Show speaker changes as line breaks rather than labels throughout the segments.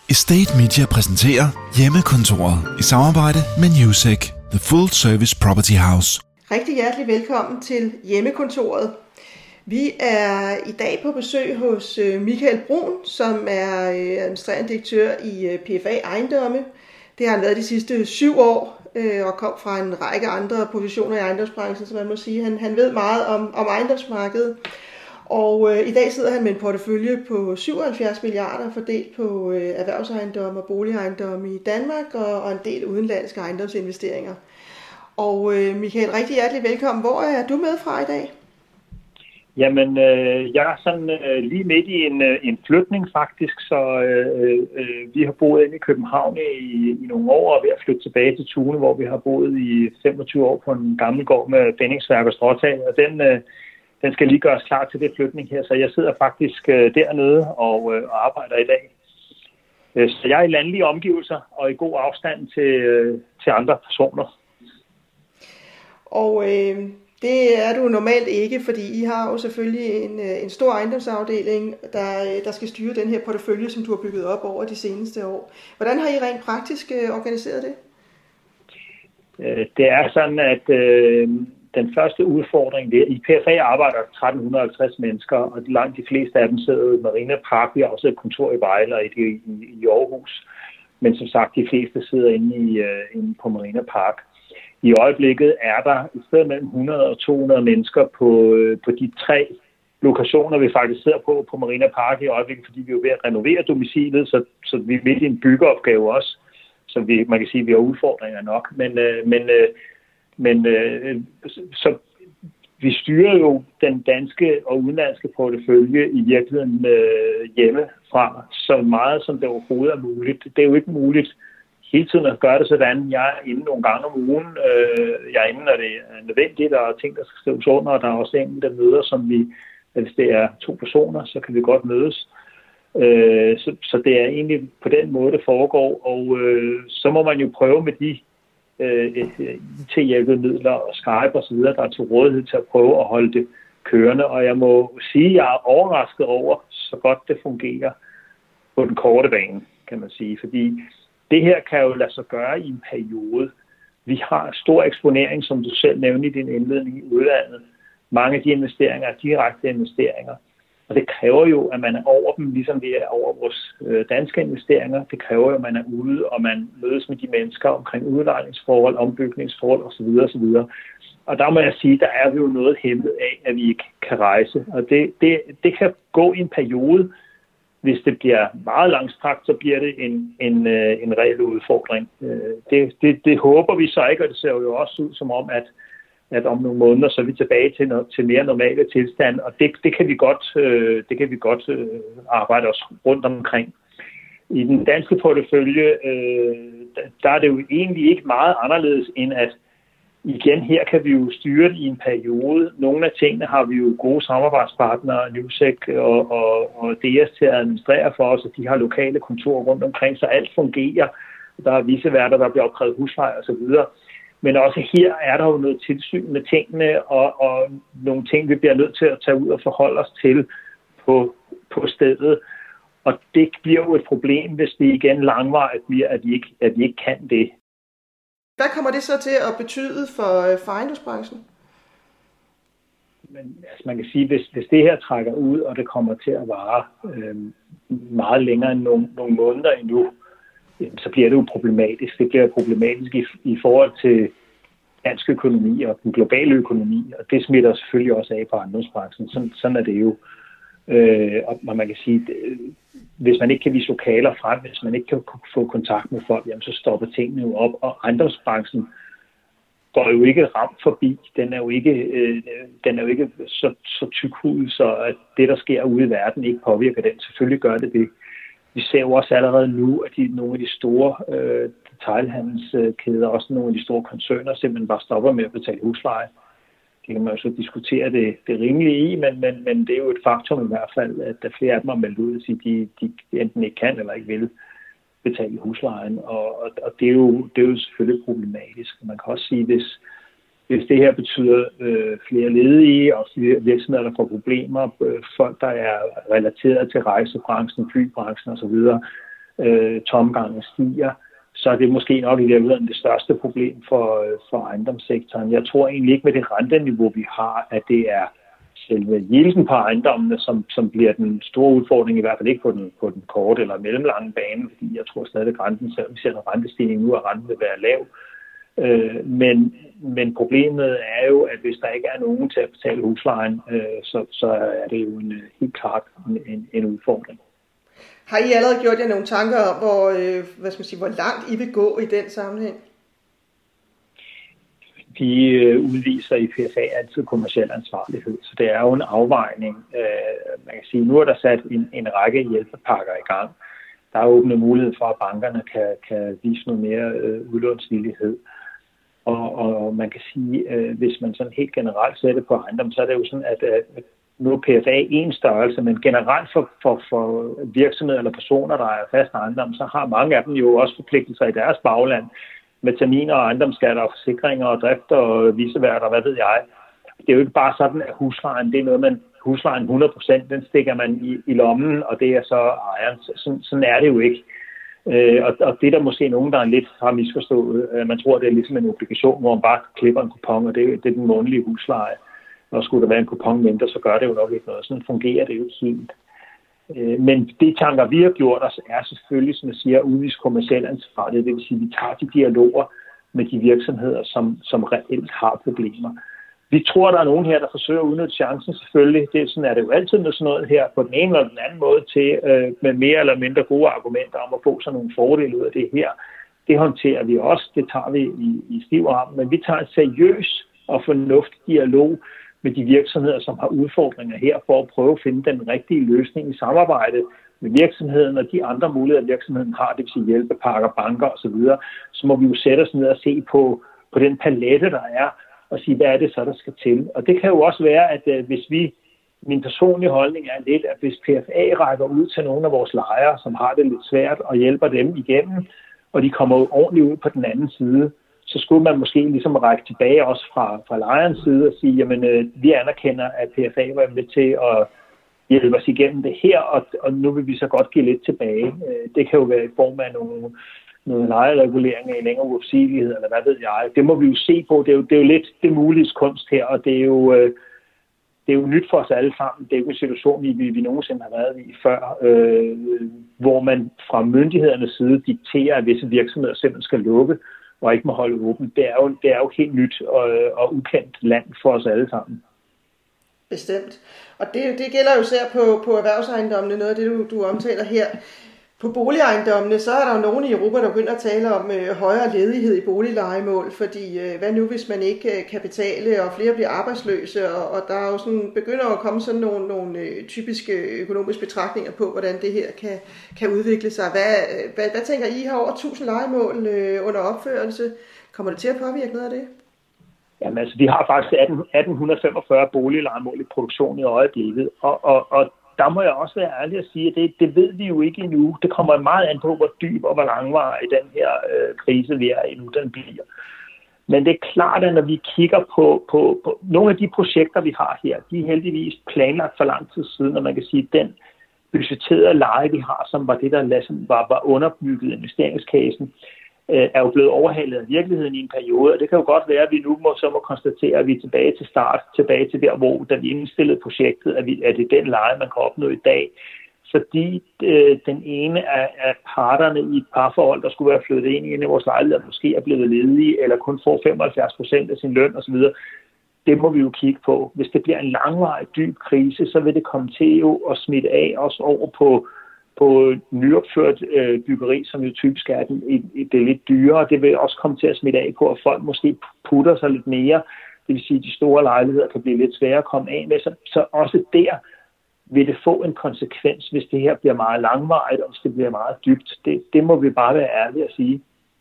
Estate Media præsenterer Hjemmekontoret i samarbejde med Newsec, The Full Service Property House.
Rigtig hjertelig velkommen til Hjemmekontoret. Vi er i dag på besøg hos Michael Brun, som er administrerende direktør i PFA Ejendomme. Det har han været de sidste 7 år og kom fra en række andre positioner i ejendomsbranchen, så man må sige, han ved meget om ejendomsmarkedet. Og i dag sidder han med en portefølje på 77 milliarder fordelt på erhvervsejendomme og boligejendomme i Danmark og en del udenlandske ejendomsinvesteringer. Og Michael, rigtig hjertelig velkommen. Hvor er du med fra i dag?
Jamen, jeg er sådan lige midt i en flytning faktisk, så vi har boet inde i København i nogle år og er ved at flytte tilbage til Tune, hvor vi har boet i 25 år på en gammel gård med bindingsværk og stråtag, og den skal lige gøres klar til det flytning her, så jeg sidder faktisk dernede og arbejder i dag. Så jeg er i landlige omgivelser og i god afstand til andre personer.
Og det er du normalt ikke, fordi I har jo selvfølgelig en stor ejendomsafdeling, der skal styre den her portefølje, som du har bygget op over de seneste år. Hvordan har I rent praktisk organiseret det?
Det er sådan, at den første udfordring der, i PFA arbejder 1350 mennesker, og langt de fleste af dem sidder i Marina Park. Vi har også et kontor i Vejle og i Aarhus, men som sagt, de fleste sidder inde på Marina Park. I øjeblikket er der et sted mellem 100 og 200 mennesker på de 3 lokationer, vi faktisk sidder på Marina Park i øjeblikket, fordi vi er ved at renovere domicilet, så vi er midt i en byggeopgave også, så man kan sige, at vi har udfordringer nok. Men så vi styrer jo den danske og udenlandske portefølje i virkeligheden hjemmefra så meget, som det overhovedet er muligt. Det er jo ikke muligt hele tiden at gøre det sådan. Jeg er inde nogle gange om ugen. Jeg er inde, når det er nødvendigt, og der er ting, der skal skrives under, og der er også enkelte møder, som hvis det er 2 personer, så kan vi godt mødes. Så det er egentlig på den måde, det foregår, og så må man jo prøve med de IT-hjælpemidler og Skype osv., der er til rådighed til at prøve at holde det kørende, og jeg må sige, at jeg er overrasket over, så godt det fungerer på den korte bane, kan man sige, fordi det her kan jo lade sig gøre i en periode. Vi har stor eksponering, som du selv nævnte i din indledning, i udlandet. Mange af de investeringer er direkte investeringer. Og det kræver jo, at man er over dem, ligesom vi er over vores danske investeringer. Det kræver jo, at man er ude, og man mødes med de mennesker omkring udlejningsforhold, ombygningsforhold osv. osv. Og der må jeg sige, der er vi jo noget hæmmet af, at vi ikke kan rejse. Og det kan gå i en periode. Hvis det bliver meget langstrakt, så bliver det en reel udfordring. Det håber vi så ikke, og det ser jo også ud som om, at om nogle måneder, så er vi tilbage til mere normale tilstand, og det kan vi godt arbejde os rundt omkring. I den danske portefølje, der er det jo egentlig ikke meget anderledes end at igen, her kan vi jo styre det i en periode. Nogle af tingene har vi jo gode samarbejdspartnere, Newsec og DS til at administrere for os, og de har lokale kontorer rundt omkring, så alt fungerer. Der er viceværter, der bliver opkrævet husleje osv. Men også her er der jo noget tilsyn med tingene, og nogle ting, vi bliver nødt til at tage ud og forholde os til på stedet. Og det bliver jo et problem, hvis det igen langvarigt bliver, at vi ikke kan det.
Hvad kommer det så til at betyde for ejendomsbranchen?
Men altså man kan sige, hvis det her trækker ud, og det kommer til at vare meget længere end nogle måneder endnu, så bliver det jo problematisk. Det bliver problematisk i forhold til dansk økonomi og den globale økonomi, og det smitter selvfølgelig også af på ejendomsbranchen. Sådan er det jo. Og man kan sige, hvis man ikke kan vise lokaler frem, hvis man ikke kan få kontakt med folk, jamen, så stopper tingene jo op, og ejendomsbranchen går jo ikke ramt forbi. Den er jo ikke så tykhudet, så at det, der sker ude i verden, ikke påvirker den. Selvfølgelig gør det. Vi ser jo også allerede nu, at nogle af de store detailhandelskæder, også nogle af de store koncerner, simpelthen bare stopper med at betale husleje. Det kan man jo så diskutere det rimelige i, men det er jo et faktum i hvert fald, at der flere af dem har meldt ud, at de enten ikke kan eller ikke vil betale huslejen, og det er jo selvfølgelig problematisk. Man kan også sige, hvis det her betyder flere ledige og flere virksomheder, der får problemer, folk, der er relateret til rejsebranchen, flybranchen osv., tomgangen stiger, så er det måske nok i virkeligheden det største problem for ejendomssektoren. Jeg tror egentlig ikke med det renteniveau, vi har, at det er selve yielden på ejendommene, som bliver den store udfordring, i hvert fald ikke på den korte eller mellemlange bane, fordi jeg tror stadig, at renten, selvom vi ser en rentestigning nu, at renten vil være lav. Men problemet er jo, at hvis der ikke er nogen til at betale huslejen, så er det jo helt klart en udfordring.
Har I allerede gjort jer nogle tanker om, hvor langt I vil gå i den sammenhæng?
Vi udviser i PFA altid kommerciel ansvarlighed, så det er jo en afvejning. Man kan sige, nu er der sat en række hjælpepakker i gang. Der er åbnet mulighed for, at bankerne kan vise noget mere udlånsvillighed. Og man kan sige, hvis man sådan helt generelt sætter på ejendom, så er det jo sådan, at nu er PFA en størrelse, men generelt for virksomheder eller personer, der er fast ejendom, så har mange af dem jo også forpligtelser i deres bagland med terminer og ejendomsskatter og forsikringer og drift og viceværter, hvad ved jeg. Det er jo ikke bare sådan, at huslejen, det er noget, huslejen 100%, den stikker man i lommen, og det er så ejeren. Sådan er det jo ikke. Og det er der måske nogen, der er lidt har misforstået. Man tror, det er ligesom en obligation, hvor man bare klipper en kupon, og det er den månedlige husleje. Og skulle der være en kupon mindre, så gør det jo nok ikke noget. Sådan fungerer det jo helt. Men de tanker, vi har gjort os, er selvfølgelig, som jeg siger, udvist kommerciel ansvarlighed. Det vil sige, at vi tager de dialoger med de virksomheder, som reelt har problemer. Vi tror, der er nogen her, der forsøger at udnytte chancen selvfølgelig. Sådan er det jo altid med sådan noget her på den ene eller den anden måde til med mere eller mindre gode argumenter om at få sådan nogle fordele ud af det her. Det håndterer vi også. Det tager vi i stiv arm. Men vi tager en seriøs og fornuftig dialog med de virksomheder, som har udfordringer her, for at prøve at finde den rigtige løsning i samarbejde med virksomheden og de andre muligheder, virksomheden har, det vil sige hjælpepakker, banker osv., så må vi jo sætte os ned og se på den palette, der er, og sige, hvad er det så, der skal til. Og det kan jo også være, at min personlige holdning er lidt, at hvis PFA rækker ud til nogle af vores lejere, som har det lidt svært, og hjælper dem igennem, og de kommer ordentligt ud på den anden side, så skulle man måske ligesom række tilbage også fra lejerens side og sige, jamen vi anerkender, at PFA var med til at hjælpe os igennem det her, og nu vil vi så godt give lidt tilbage. Det kan jo være i form af nogle lejereguleringer i længere uopsigelighed, eller hvad ved jeg. Det må vi jo se på. Det er jo lidt det mulige kunst her, og det er jo nyt for os alle sammen. Det er jo en situation, vi nogensinde har været i før, hvor man fra myndighedernes side dikterer, at visse virksomheder simpelthen skal lukke, og ikke må holde åbent. Det er jo helt nyt og ukendt land for os alle sammen.
Bestemt. Og det gælder jo især på erhvervsejendommene, noget af det, du omtaler her. På boligejendommene, så er der jo nogen i Europa, der begynder at tale om højere ledighed i boliglejemål, fordi hvad nu, hvis man ikke kan betale, og flere bliver arbejdsløse, og der er jo sådan, begynder at komme sådan nogle typiske økonomiske betragtninger på, hvordan det her kan udvikle sig. Hvad tænker I har over 1000 lejemål under opførelse? Kommer det til at påvirke noget af det?
Jamen altså, vi har faktisk 1845 boliglejemål i produktion i øjeblikket, og der må jeg også være ærlig at sige, at det ved vi jo ikke endnu. Det kommer meget an på, hvor dyb og hvor langvarig den her krise, vi er i nu, den bliver. Men det er klart, at når vi kigger på nogle af de projekter, vi har her, de er heldigvis planlagt for lang tid siden, og man kan sige, at den budgetterede leje, vi har, som var det, der var underbygget investeringskassen, er jo blevet overhalet af virkeligheden i en periode, og det kan jo godt være, at vi nu må konstatere, at vi er tilbage til der, hvor da vi indstillede projektet, at det er den leje, man kan opnå i dag. Fordi den ene af parterne i et parforhold, der skulle være flyttet ind i vores lejlighed, måske er blevet ledige, eller kun får 75% af sin løn osv., det må vi jo kigge på. Hvis det bliver en langvarig, dyb krise, så vil det komme til jo at smitte af også over på nyopført byggeri, som jo typisk er det er lidt dyrere. Det vil også komme til at smitte af på, at folk måske putter sig lidt mere. Det vil sige, at de store lejligheder kan blive lidt svære at komme af med. Så også der vil det få en konsekvens, hvis det her bliver meget langvarigt, og hvis det bliver meget dybt. Det må vi bare være ærlige at sige.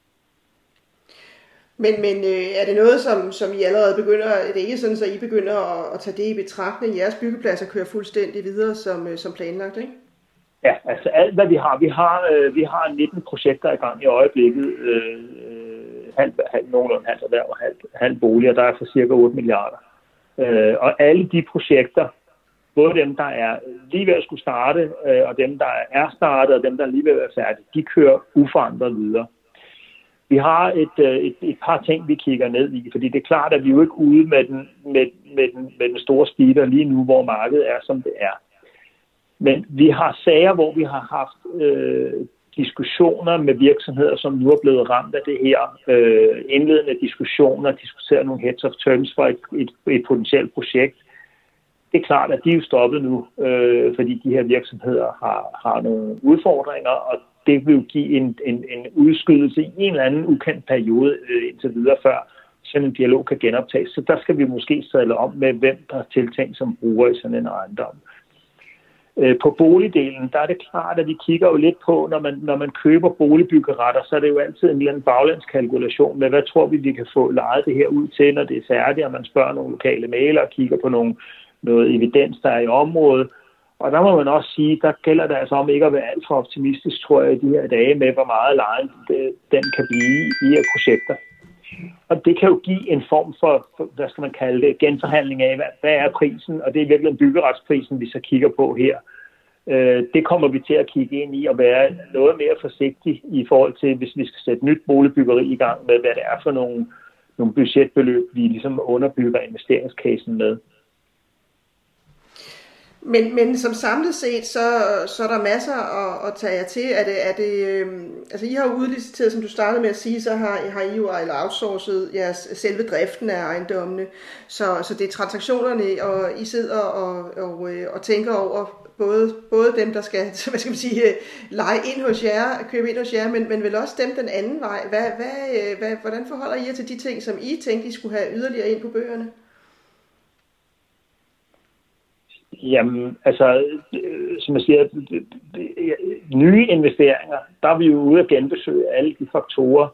Men er det noget, som I allerede begynder, er det ikke sådan, at I begynder at tage det i betragtning? Jeres byggepladser kører fuldstændig videre som planlagt, ikke?
Ja, altså alt hvad vi har 19 projekter i gang i øjeblikket, nogenlunde halvt erhverv og halvt boliger, der er for cirka 8 milliarder. Og alle de projekter både dem, der er lige ved at skulle starte, og dem, der er startet, og dem, der er lige ved at være færdige, de kører uforandret videre. Vi har et par ting, vi kigger ned i, fordi det er klart, at vi er jo ikke ude med den store speeder lige nu, hvor markedet er, som det er. Men vi har sager, hvor vi har haft diskussioner med virksomheder, som nu er blevet ramt af det her. Indledende diskussioner, diskuterer nogle heads of terms for et potentielt projekt. Det er klart, at de er jo stoppet nu, fordi de her virksomheder har nogle udfordringer, og det vil jo give en udskydelse i en eller anden ukendt periode indtil videre, før sådan en dialog kan genoptages. Så der skal vi måske sadle om med, hvem der er tiltænkt som bruger i sådan en ejendom. På boligdelen, der er det klart, at vi kigger jo lidt på, når man køber boligbyggeretter, så er det jo altid en eller anden baglandskalkulation med, hvad tror vi kan få lejet det her ud til, når det er færdigt, og man spørger nogle lokale mailer og kigger på noget evidens, der er i området. Og der må man også sige, der gælder det altså om ikke at være alt for optimistisk, tror jeg, i de her dage med, hvor meget lejen den kan blive i de her projekter. Og det kan jo give en form for, hvad skal man kalde det, genforhandling af, hvad er prisen, og det er virkelig byggeretsprisen, vi så kigger på her. Det kommer vi til at kigge ind i og være noget mere forsigtig i forhold til, hvis vi skal sætte nyt boligbyggeri i gang med, hvad det er for nogle budgetbeløb, vi ligesom underbygger investeringscasen med.
Men som samlet set, så er der masser at tage jer til. Altså I har jo udliciteret, som du startede med at sige, så har I jo outsourcet jeres selve driften af ejendommene. Så det er transaktionerne, og I sidder og tænker over både dem, der skal, hvad skal man sige, lege ind hos jer, købe ind hos jer, men vel også dem den anden vej. Hvordan forholder I jer til de ting, som I tænkte, I skulle have yderligere ind på bøgerne?
Jamen, altså, som jeg siger, nye investeringer, der er vi jo ude at genbesøge alle de faktorer,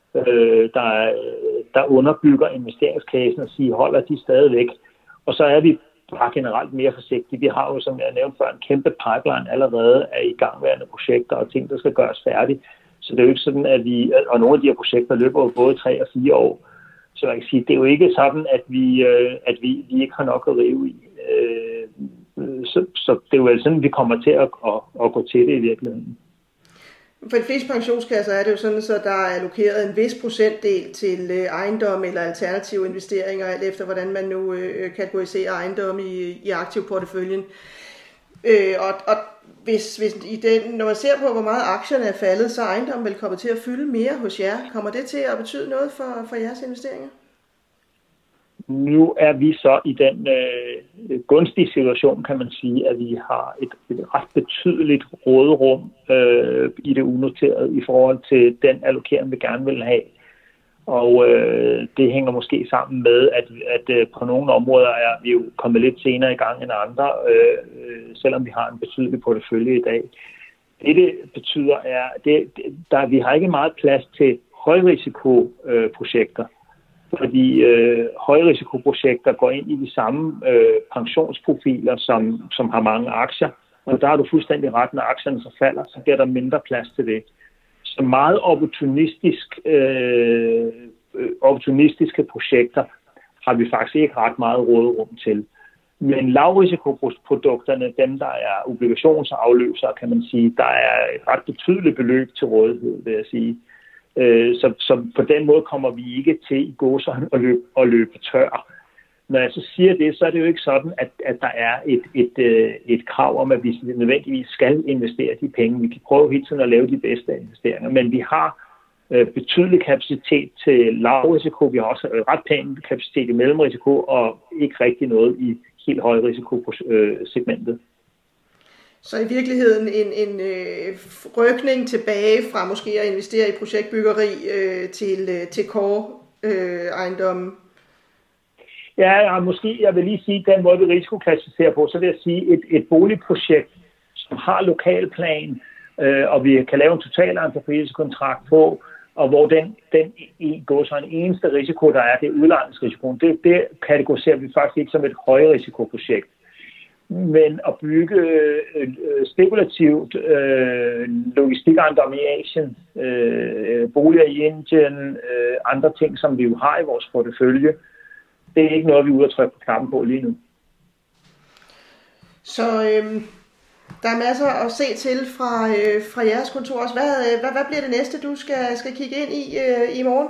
der underbygger investeringskassen og sige, holder de stadigvæk. Og så er vi bare generelt mere forsigtige. Vi har jo, som jeg nævnte før, en kæmpe pipeline allerede af igangværende projekter og ting, der skal gøres færdigt. Så det er jo ikke sådan, at og nogle af de her projekter løber jo både 3 og 4 år. Så jeg kan sige, det er jo ikke sådan, at vi ikke har nok at rive i. Så det er jo sådan, vi kommer til at gå til det i virkeligheden.
For de fleste pensionskasser er det jo sådan, så der er allokeret en vis procentdel til ejendom eller alternative investeringer, alt efter hvordan man nu kategoriserer ejendom i aktivporteføljen. Og hvis i den, når man ser på, hvor meget aktierne er faldet, så er ejendommen vel kommet til at fylde mere hos jer. Kommer det til at betyde noget for jeres investeringer?
Nu er vi så i den gunstige situation, kan man sige, at vi har et ret betydeligt råderum i det unoterede i forhold til den allokering, vi gerne vil have. Og det hænger måske sammen med, at på nogle områder er vi jo kommet lidt senere i gang end andre, selvom vi har en betydelig portefølje i dag. Det betyder er, vi har ikke meget plads til højrisikoprojekter. Fordi højrisikoprojekter går ind i de samme pensionsprofiler, som har mange aktier. Og der er du fuldstændig ret, når aktierne så falder, så bliver der mindre plads til det. Så meget opportunistiske projekter har vi faktisk ikke ret meget råderum til. Men lavrisikoprodukterne, dem der er obligationsafløsere, kan man sige, der er et ret betydeligt beløb til rådighed, vil jeg sige. Så på den måde kommer vi ikke til i gåsøjne at løbe tør. Når jeg så siger det, så er det jo ikke sådan, at der er et krav om, at vi nødvendigvis skal investere de penge. Vi kan prøve hele tiden at lave de bedste investeringer, men vi har betydelig kapacitet til lavrisiko. Vi har også ret pæn kapacitet i mellemrisiko, og ikke rigtig noget i helt højrisikosegmentet.
Så i virkeligheden en rykning tilbage fra måske at investere i projektbyggeri til core ejendommen?
Ja, måske jeg vil lige sige, den måde vi risikoklassificerer på, så vil jeg sige et boligprojekt, som har lokalplan, og vi kan lave en total entreprisekontrakt på, og hvor den går så en eneste risiko, der er, det er udlejningsrisikoen. Det kategoriserer vi faktisk ikke som et højrisikoprojekt. Men at bygge spekulativt logistikejendom i Asien, boliger i Indien, andre ting, som vi jo har i vores portefølje, det er ikke noget, vi er ude at trykke på knappen på lige nu.
Så der er masser at se til fra jeres kontor også. Hvad bliver det næste, du skal kigge ind i morgen?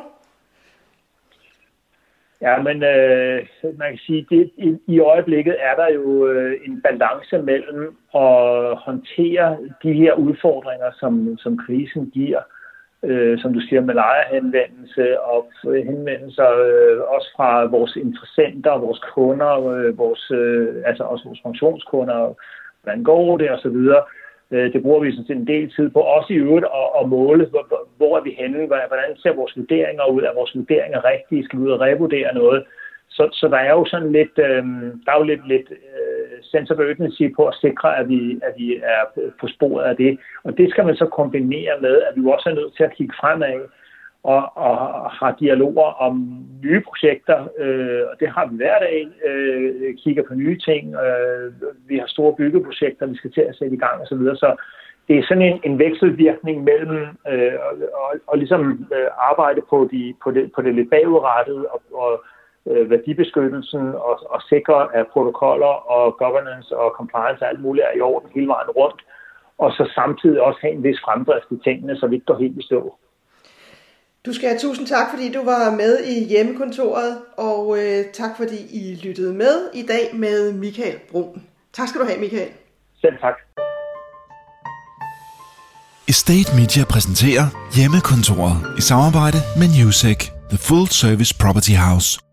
Ja, men man kan sige, at i øjeblikket er der jo en balance mellem at håndtere de her udfordringer, som krisen giver, som du siger, med lejerhenvendelse og henvendelser også fra vores interessenter, vores kunder, altså også vores funktionskunder, hvordan går det osv. Det bruger vi sådan set en del tid på, også i øvrigt at måle, hvor er vi henne, hvordan ser vores vurderinger ud, er vores vurderinger rigtige, skal vi ud og revurdere noget. Så der er jo sådan lidt, lidt sense of urgency på at sikre, at vi er på sporet af det. Og det skal man så kombinere med, at vi også er nødt til at kigge fremad og har dialoger om nye projekter, og det har vi hver dag, kigger på nye ting, vi har store byggeprojekter, vi skal til at sætte i gang osv., så det er sådan en vekselvirkning mellem og ligesom arbejde på det lidt bagudrettede og værdibeskyttelsen og sikre, at protokoller og governance og compliance og alt muligt er i orden hele vejen rundt, og så samtidig også have en vis fremdrift i tingene, så vi ikke går helt i stå.
Du skal have tusind tak, fordi du var med i Hjemmekontoret, og tak, fordi I lyttede med i dag med Michael Bruun. Tak skal du have, Michael.
Selv tak.
Estate Media præsenterer Hjemmekontoret i samarbejde med Newsec, The Full Service Property House.